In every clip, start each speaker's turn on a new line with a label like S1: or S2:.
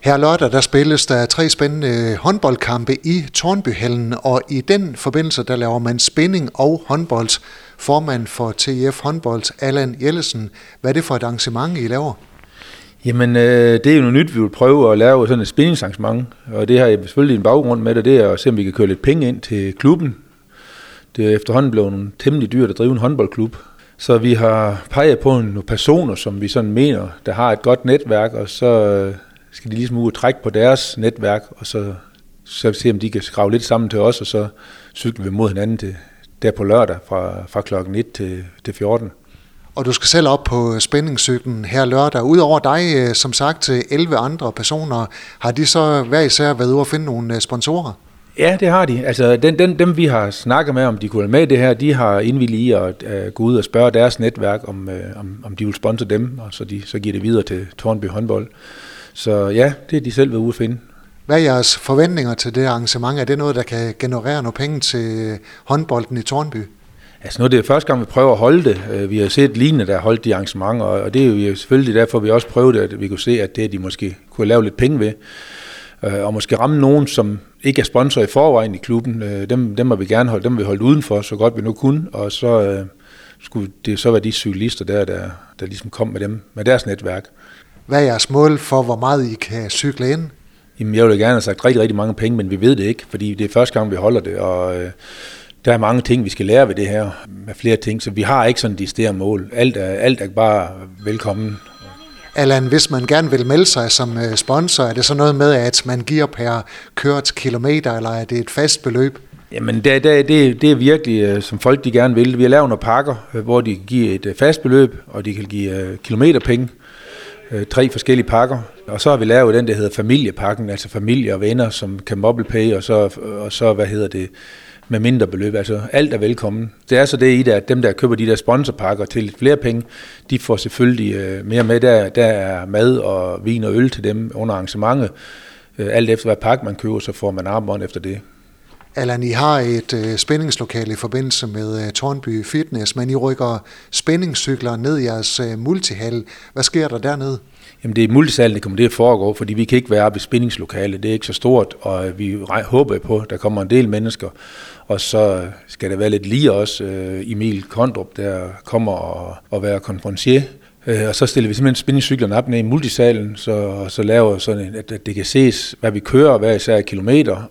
S1: Her lørdag, der spilles der 3 spændende håndboldkampe i Tårnbyhallen, og i den forbindelse, der laver man spinning og håndbold. Formand for TIF Håndbold, Allan Jellesen. Hvad er det for et arrangement, I laver?
S2: Jamen, det er jo noget nyt, vi vil prøve at lave sådan et spændingsarrangement, og det har jeg selvfølgelig en baggrund med det er at se, om vi kan køre lidt penge ind til klubben. Det er efterhånden blevet temmelig dyrt at drive en håndboldklub, så vi har peget på nogle personer, som vi sådan mener, der har et godt netværk, og så skal de ligesom ud og trække på deres netværk, og så se, om de kan skrave lidt sammen til os, og så cykler vi mod hinanden der på lørdag fra klokken 1 til 14.
S1: Og du skal selv op på spændingscyklen her lørdag. Udover dig, som sagt, 11 andre personer, har de så hver især været ude at finde nogle sponsorer?
S2: Ja, det har de. Altså, dem vi har snakket med, om de kunne være med i det her, de har indvilget i at gå ud og spørge deres netværk, om de vil sponse dem, og så giver det videre til Tårnby håndbold. Så ja, det er de selv været ude at finde.
S1: Hvad er jeres forventninger til det arrangement? Er det noget, der kan generere nogle penge til håndbolden i Tårnby?
S2: Altså nu er det første gang, vi prøver at holde det. Vi har set lignende, der har holdt de arrangementer, og det er jo selvfølgelig derfor, vi også prøvede, at vi kunne se, at det de måske kunne lave lidt penge ved. Og måske ramme nogen, som ikke er sponsor i forvejen i klubben. Dem har vi gerne holdt, dem vil vi holde udenfor, så godt vi nu kunne. Og så skulle det så være de cyklister der ligesom kom med dem, med deres netværk.
S1: Hvad er jeres mål for, hvor meget I kan cykle ind?
S2: Jamen, jeg ville gerne have sagt rigtig, rigtig mange penge, men vi ved det ikke, fordi det er første gang, vi holder det, og der er mange ting, vi skal lære ved det her, med flere ting, så vi har ikke sådan de steder mål. Alt er bare velkommen.
S1: Allan, hvis man gerne vil melde sig som sponsor, er det så noget med, at man giver per kørt kilometer, eller er det et fast beløb?
S2: Jamen, det er virkelig, som folk de gerne vil. Vi har lavet nogle pakker, hvor de kan give et fast beløb, og de kan give kilometerpenge. 3 forskellige pakker. Og så har vi lavet den, der hedder familiepakken, altså familie og venner, som kan MobilePay, og så med mindre beløb. Altså alt er velkommen. Det er så det i det, at dem, der køber de der sponsorpakker til lidt flere penge, de får selvfølgelig mere med. Der er mad og vin og øl til dem under arrangementet. Alt efter hvad pakke man køber, så får man armbånd efter det.
S1: Allan, I har et spændingslokale i forbindelse med Tårnby Fitness, men I rykker spændingscykler ned i jeres multihal. Hvad sker der dernede?
S2: Jamen det er multisalen, det kommer det at foregå, fordi vi kan ikke være oppe i spændingslokalet. Det er ikke så stort, og vi håber på, at der kommer en del mennesker. Og så skal der være lidt lige også. Emil Kondrup, der kommer og være konferencier. Og så stiller vi simpelthen spændingscyklerne op ned i multisalen, så laver sådan, at det kan ses, hvad vi kører hver især kilometer,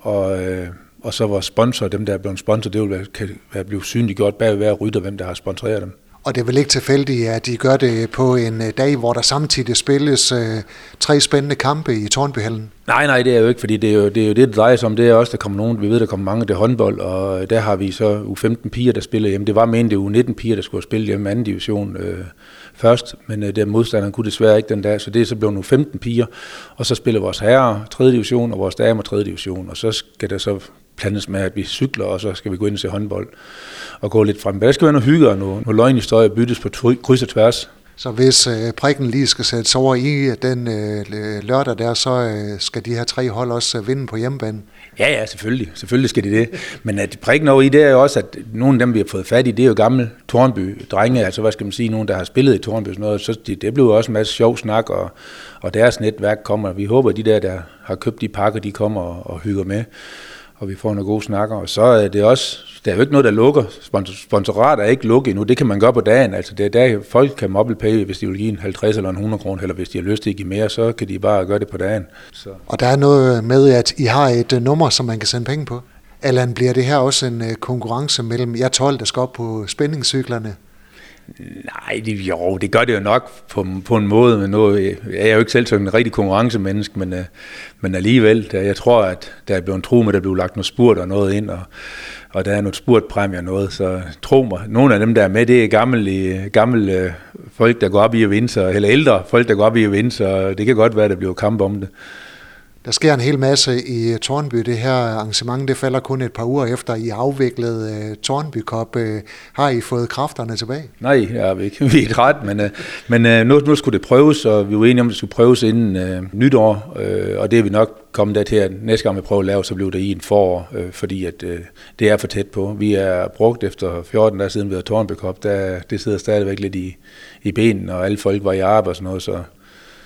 S2: og så vores sponsor, dem der er blevet sponsor, det vil være blevet synliggjort bag hver rytter, hvem der har sponsoreret dem. Og
S1: det er vel ikke tilfældigt, at de gør det på en dag, hvor der samtidig spilles 3 spændende kampe i Tårnbyhallen?
S2: Nej, det er jo ikke, fordi det er jo det drejer sig om. Det er også, der kommer nogen, vi ved, der kommer mange til håndbold, og der har vi så U15 piger, der spiller hjemme. Det var meningen, det U19 piger, der skulle spille hjemme 2. division først, men der modstanderen kunne desværre ikke den dag, så det er så blevet U15 piger, og så spiller vores herrer 3. division, og vores damer 3. division, og så skal der så plantes med, at vi cykler, og så skal vi gå ind og se håndbold og gå lidt frem. Men der skal være noget hygge og noget løgnhistorie byttes på kryds og tværs.
S1: Så hvis prikken lige skal sættes over i den lørdag der, så skal de her 3 hold også vinde på hjemmebane?
S2: Ja, selvfølgelig. Selvfølgelig skal de det. Men at prikken over i, det er jo også, at nogle af dem, vi har fået fat i, det er jo gamle Tårnby-drenge, altså hvad skal man sige, nogen, der har spillet i Tårnby og sådan noget, så det blev også en masse sjov snak, og deres netværk kommer. Vi håber, at de der har købt de pakker, de kommer og hygger med, og vi får nogle gode snakker. Og så er det også, der er jo ikke noget, der lukker. Sponsorat er ikke lukket endnu. Det kan man gøre på dagen. Altså det er der, folk kan MobilePay, hvis de vil give en 50 eller en 100 kroner, eller hvis de har lyst til at give mere, så kan de bare gøre det på dagen. Så.
S1: Og der er noget med, at I har et nummer, som man kan sende penge på. Allan, bliver det her også en konkurrence mellem jer 12, der skal op på spændingscyklerne?
S2: Nej, det gør det jo nok på en måde, men nu er jeg jo ikke selv sådan en rigtig konkurrencemenneske, men alligevel, jeg tror, at der er blevet tro med, at der blev lagt noget spurt og noget ind, og der er noget spurtpræmie og noget, så tro mig, nogle af dem, der er med, det er gamle folk, der går op i at vinde, eller ældre folk, der går op i at vinde, så det kan godt være, at der bliver kamp om det.
S1: Der sker en hel masse i Tårnby. Det her arrangement, det falder kun et par uger efter, I afviklede Tårnby Cup. Har I fået kræfterne tilbage?
S2: Nej, jeg har ikke. Vi er ikke ret, men nu skulle det prøves, og vi var enige om, at det skulle prøves inden nytår, og det er vi nok kommet der til, at næste gang vi prøver at lave, så bliver det i en forår, fordi at, det er for tæt på. Vi er brugt efter 14 dage siden vi havde Tårnby Cup, det sidder stadigvæk lidt i benen, og alle folk var i arbejde og sådan noget, så.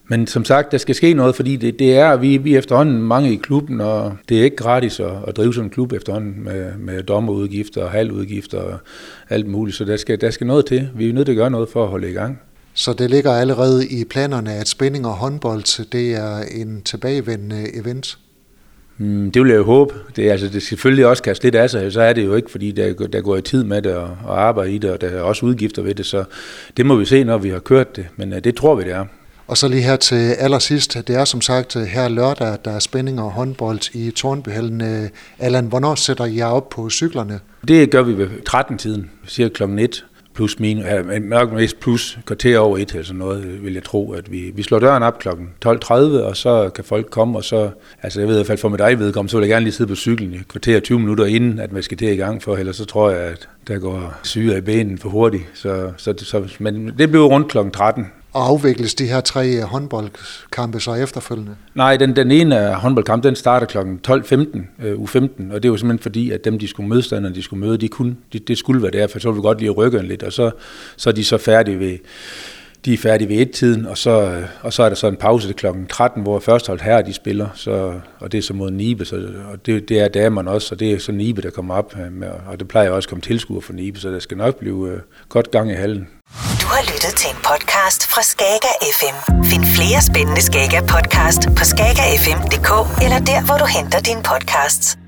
S2: Men som sagt, der skal ske noget, fordi det er, vi efterhånden mange i klubben, og det er ikke gratis at drive sådan en klub efterhånden med dommerudgifter og halvudgifter og alt muligt, så der skal noget til. Vi er nødt til at gøre noget for at holde i gang.
S1: Så det ligger allerede i planerne, at spænding og håndbold, det er en tilbagevendende event?
S2: Det vil jeg jo håbe. Det selvfølgelig også kaste lidt af sig, så er det jo ikke, fordi der går i tid med det og arbejde i det, og der er også udgifter ved det, så det må vi se, når vi har kørt det, men det tror vi, det er.
S1: Og så lige her til allersidst, det er som sagt her lørdag, der er spænding og håndbold i Tårnbyhallen. Allan, hvornår sætter I op på cyklerne? Det
S2: gør vi ved 13-tiden, cirka klokken 1. Plus minus, nok mest plus kvarter over 1 eller sådan noget, vil jeg tro, at vi slår døren op klokken 12.30, og så kan folk komme, og så, altså jeg ved i hvert fald for mit eget vedkommende, så vil jeg gerne lige sidde på cyklen i kvarter 20 minutter inden, at man skal til i gang for, ellers så tror jeg, at der går syre i benen for hurtigt, men det bliver rundt klokken 13.
S1: Og afvikles de her 3 håndboldkampe så efterfølgende?
S2: Nej, den ene håndboldkamp, den starter kl. 12.15, uge 15, og det er jo simpelthen fordi, at dem, modstanderne, de skulle møde, det skulle være der, for så vil vi godt lige rykke lidt, og så er de så færdige ved 1-tiden, og så er der så en pause til kl. 13, hvor førsteholdet her, de spiller, og det er så mod Nibe, og det er damerne også, og det er så Nibe, der kommer op, og det plejer også at komme tilskuere for Nibe, så der skal nok blive godt gang i hallen.
S3: Du har lyttet til en podcast fra Skager FM. Find flere spændende Skager podcast på skagerfm.dk eller der, hvor du henter dine podcasts.